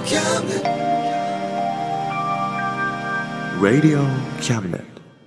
Radio Cabinet。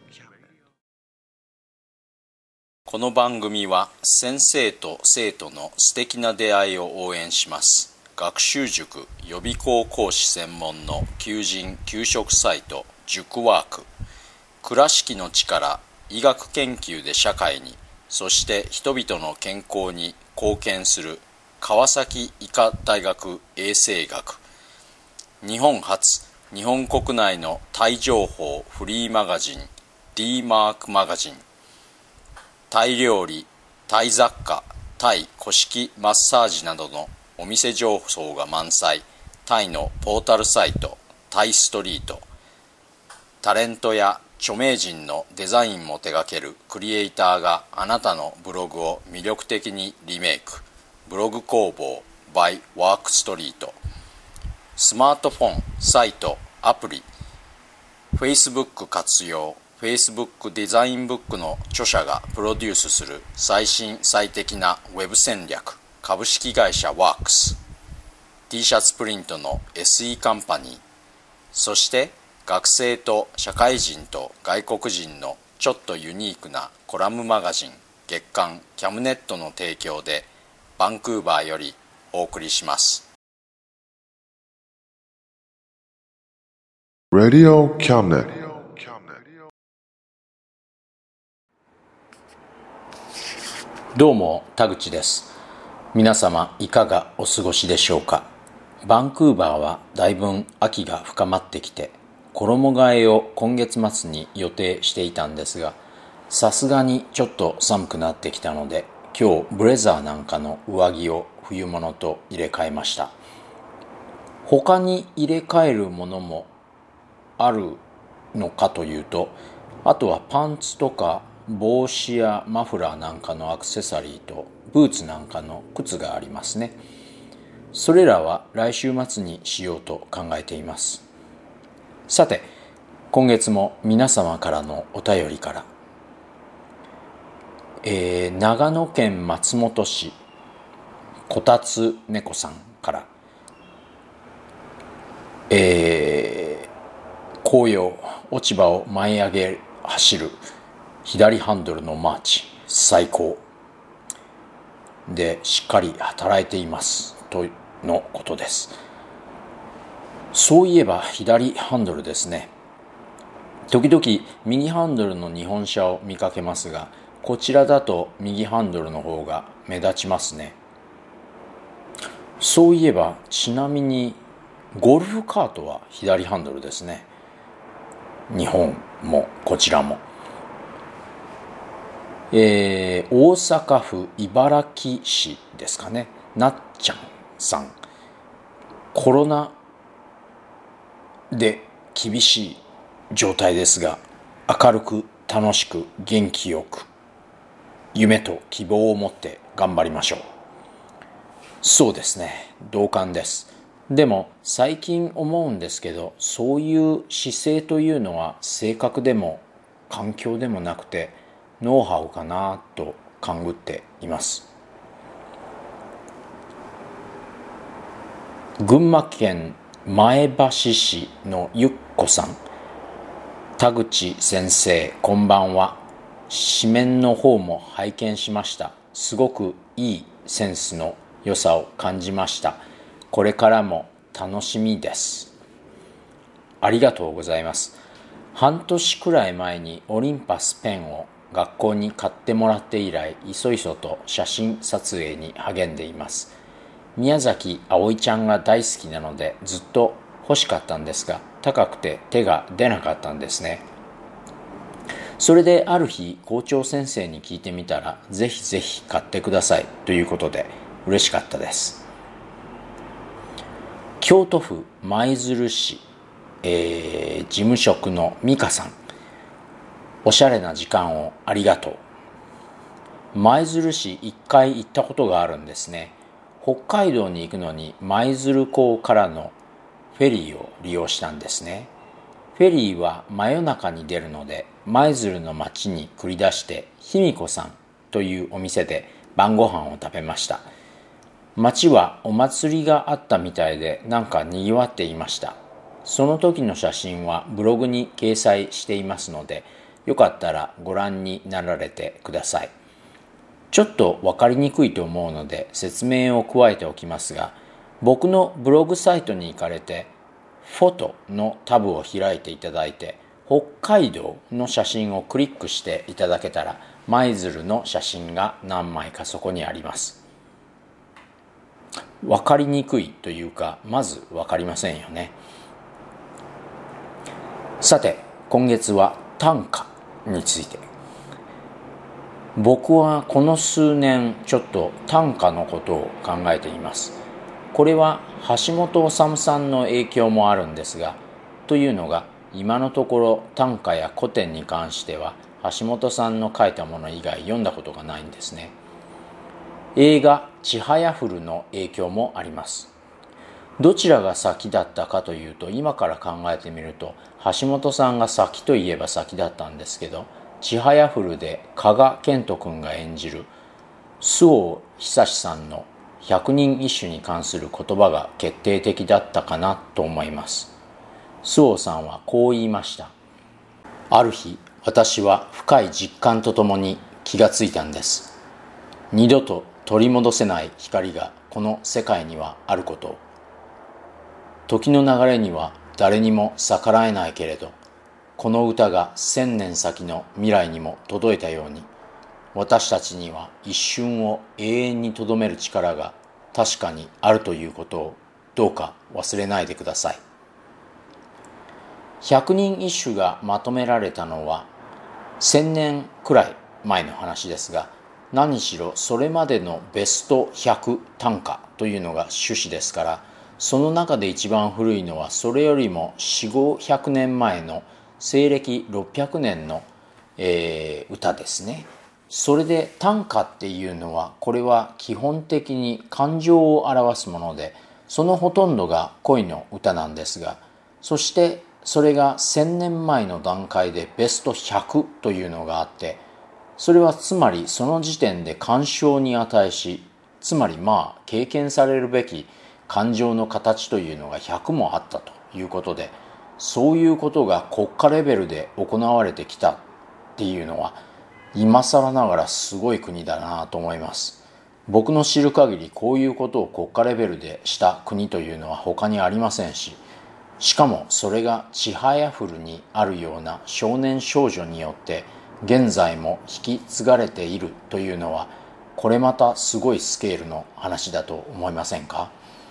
この番組は先生と生徒の素敵な出会いを応援します。学習塾予備校講師専門の求人・求職サイト塾ワーク。倉敷の力、医学研究で社会に、そして人々の健康に貢献する川崎医科大学衛生学。日本初、日本国内のタイ情報フリーマガジン D マークマガジン。タイ料理、タイ雑貨、タイ古式マッサージなどのお店情報が満載。タイのポータルサイトタイストリート。タレントや著名人のデザインも手掛けるクリエイターがあなたのブログを魅力的にリメイク。ブログ工房 by ワークストリート。スマートフォン、サイト、アプリ、Facebook 活用。Facebook デザインブックの著者がプロデュースする最新最適なウェブ戦略。株式会社ワークス。 T シャツプリントの SE カンパニー。そして学生と社会人と外国人のちょっとユニークなコラムマガジン月刊キャムネットの提供でバンクーバーよりお送りします。 Radio Cabinet。 どうも田口です。皆様いかがお過ごしでしょうか。バンクーバーはだいぶ秋が深まってきて、衣替えを今月末に予定していたんですが、さすがにちょっと寒くなってきたので、今日ブレザーなんかの上着を冬物と入れ替えました。他に入れ替えるものもあるのかというと、あとはパンツとか帽子やマフラーなんかのアクセサリーとブーツなんかの靴がありますね。それらは来週末にしようと考えています。さて、今月も皆様からのお便りから、長野県松本市こたつ猫さんから、紅葉落ち葉を舞い上げ走る左ハンドルのマーチ最高で、しっかり働いていますとのことです。そういえば左ハンドルですね。時々右ハンドルの日本車を見かけますが、こちらだと右ハンドルの方が目立ちますね。そういえばちなみにゴルフカートは左ハンドルですね。日本もこちらも。大阪府茨木市ですかね。なっちゃんさん。コロナで厳しい状態ですが、明るく楽しく元気よく夢と希望を持って頑張りましょう。そうですね、同感です。でも最近思うんですけど、そういう姿勢というのは性格でも環境でもなくてノウハウかなと勘ぐっています。群馬県前橋市のゆっこさん。田口先生、こんばんは。紙面の方も拝見しました。すごくいいセンスの良さを感じました。これからも楽しみです。ありがとうございます。半年くらい前にオリンパスペンを学校に買ってもらって以来、いそいそと写真撮影に励んでいます。宮崎あおいちゃんが大好きなのでずっと欲しかったんですが、高くて手が出なかったんですね。それである日校長先生に聞いてみたら、ぜひぜひ買ってくださいということで嬉しかったです。京都府舞鶴市、事務職の美香さん。おしゃれな時間をありがとう。舞鶴市一回行ったことがあるんですね。北海道に行くのに舞鶴港からのフェリーを利用したんですね。フェリーは真夜中に出るので、舞鶴の町に繰り出して卑弥呼さんというお店で晩ご飯を食べました。 街はお祭りがあったみたいでなんか賑わっていました。その時の写真はブログに掲載していますので、よかったらご覧になられてください。ちょっと分かりにくいと思うので説明を加えておきますが、僕のブログサイトに行かれてフォトのタブを開いていただいて、北海道の写真をクリックしていただけたら、舞鶴の写真が何枚かそこにあります。分かりにくいというか、まず分かりませんよね。さて、今月は短歌について。僕はこの数年ちょっと短歌のことを考えています。これは橋本治さんの影響もあるんですが、というのが今のところ短歌や古典に関しては橋本さんの書いたもの以外読んだことがないんですね。映画ちはやふるの影響もあります。どちらが先だったかというと、今から考えてみると橋本さんが先といえば先だったんですけど、ちはやふるで加賀健人君が演じる周防久志さんの百人一首に関する言葉が決定的だったかなと思います。周防さんはこう言いました。ある日、私は深い実感とともに気がついたんです。二度と取り戻せない光がこの世界にはあることを。時の流れには誰にも逆らえないけれど、この歌が1000年先の未来にも届いたように、私たちには一瞬を永遠にとどめる力が確かにあるということをどうか忘れないでください。百人一首がまとめられたのは1000年くらい前の話ですが、何しろそれまでのベスト100短歌というのが趣旨ですから、その中で一番古いのはそれよりも4、500年前の西暦600年の、歌ですね。それで短歌っていうのは、これは基本的に感情を表すもので、そのほとんどが恋の歌なんですが、そしてそれが1000年前の段階でベスト100というのがあって、それはつまりその時点で鑑賞に値し、つまり経験されるべき感情の形というのが100もあったということで、そういうことが国家レベルで行われてきたっていうのは、今更ながらすごい国だなと思います。僕の知る限りこういうことを国家レベルでした国というのは他にありませんし、しかもそれがちはやふるにあるような少年少女によって現在も引き継がれているというのは、これまたすごいスケールの話だと思いませんか？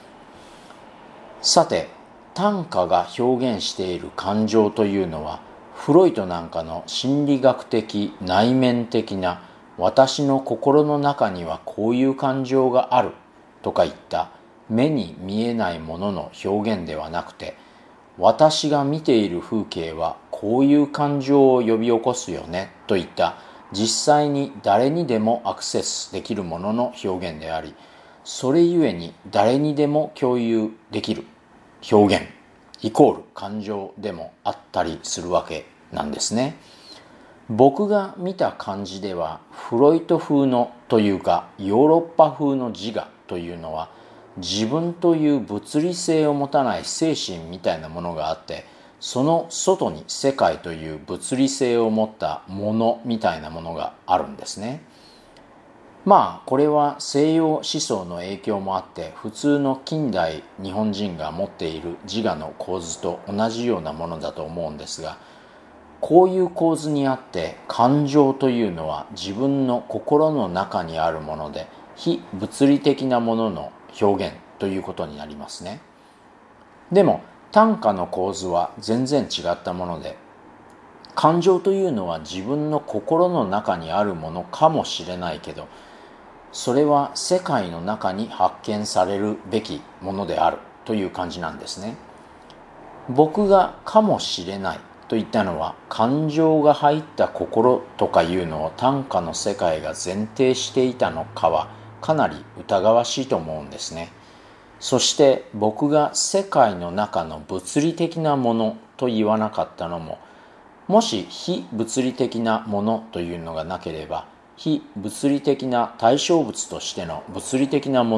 さて、短歌が表現している感情というのは、フロイトなんかの心理学的内面的な私の心の中にはこういう感情があるとかいった目に見えないものの表現ではなくて、私が見ている風景はこういう感情を呼び起こすよねといった実際に誰にでもアクセスできるものの表現であり、それゆえに誰にでも共有できる表現イコール感情でもあったりするわけなんですね。僕が見た感じでは、フロイト風のというかヨーロッパ風の自我というのは、自分という物理性を持たない精神みたいなものがあって、その外に世界という物理性を持ったものみたいなものがあるんですね。これは西洋思想の影響もあって、普通の近代日本人が持っている自我の構図と同じようなものだと思うんですが、こういう構図にあって、感情というのは自分の心の中にあるもので、非物理的なものの表現ということになりますね。でも短歌の構図は全然違ったもので、感情というのは自分の心の中にあるものかもしれないけど、それは世界の中に発見されるべきものであるという感じなんですね。僕がかもしれないと言ったのは、感情が入った心とかいうのを短歌の世界が前提していたのかはかなり疑わしいと思うんですね。そして僕が世界の中の物理的なものと言わなかったのも、もし非物理的なものというのがなければ、非物理的な対象物としての物理的なもの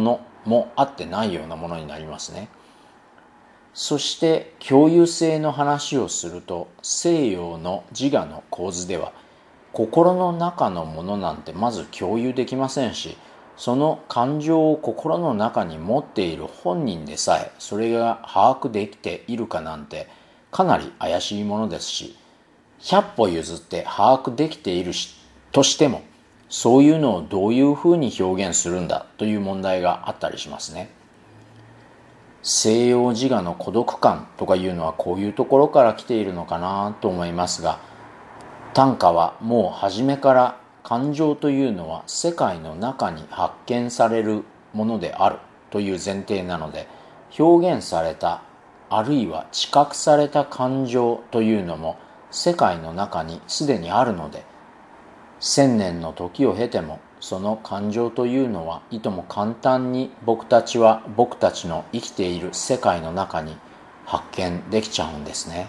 もあってないようなものになりますね。そして共有性の話をすると、西洋の自我の構図では心の中のものなんてまず共有できませんし、その感情を心の中に持っている本人でさえそれが把握できているかなんてかなり怪しいものですし、100歩譲って把握できているとしても、そういうのをどういうふうに表現するんだという問題があったりしますね。西洋自我の孤独感とかいうのはこういうところから来ているのかなと思いますが、短歌はもう初めから感情というのは世界の中に発見されるものであるという前提なので、表現されたあるいは知覚された感情というのも世界の中にすでにあるので、1000年の時を経てもその感情というのはいとも簡単に僕たちの生きている世界の中に発見できちゃうんですね。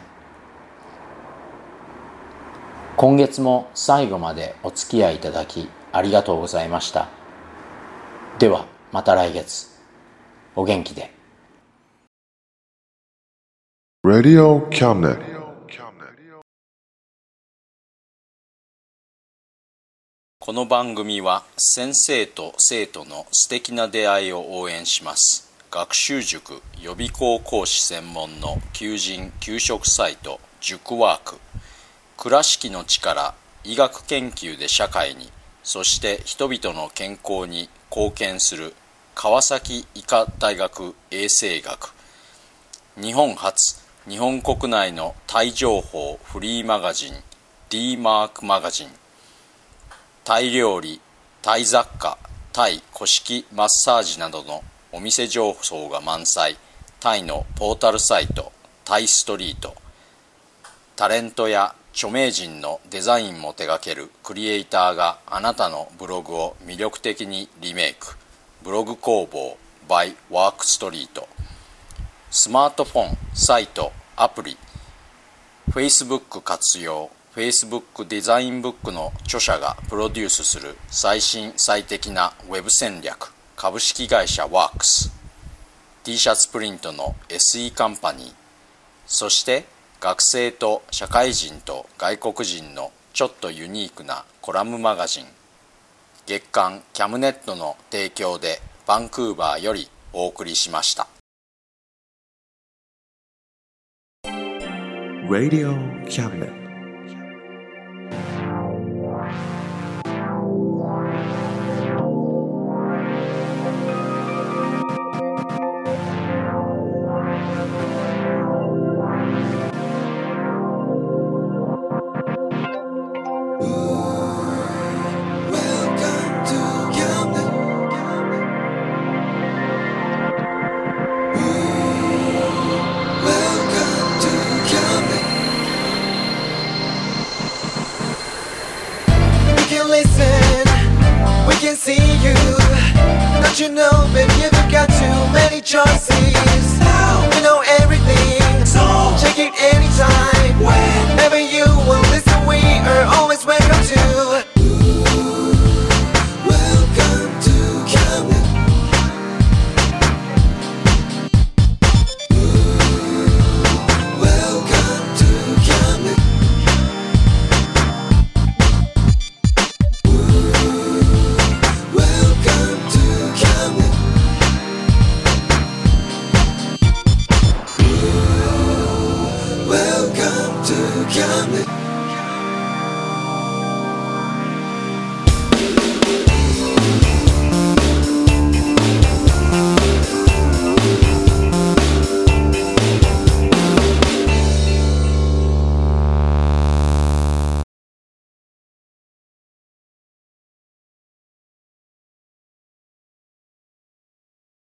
今月も最後までお付き合いいただきありがとうございました。ではまた来月お元気で。 Radio Cabinet。 この番組は先生と生徒の素敵な出会いを応援します。学習塾予備校講師専門の求人・求職サイト塾ワーク。倉敷の力、医学研究で社会に、そして人々の健康に貢献する川崎医科大学衛生学。日本初、日本国内のタイ情報フリーマガジン D マークマガジン。タイ料理、タイ雑貨、タイ古式マッサージなどのお店情報が満載。タイのポータルサイトタイストリート。タレントや著名人のデザインも手掛けるクリエイターがあなたのブログを魅力的にリメイク。ブログ工房 by ワークストリート。スマートフォン、サイト、アプリ、Facebook 活用。Facebook デザインブックの著者がプロデュースする最新最適なウェブ戦略。株式会社ワークス。T シャツプリントの SE カンパニー。そして学生と社会人と外国人のちょっとユニークなコラムマガジン。月刊キャムネットの提供でバンクーバーよりお送りしました。 Radio Cabinet。 You know, baby, you've got too many choices. We know everything, so check it anytime. Whenever you will listen, we are always welcome to. Welcome to Camden. Welcome to Camden. Welcome to Camden. Welcome to Camden.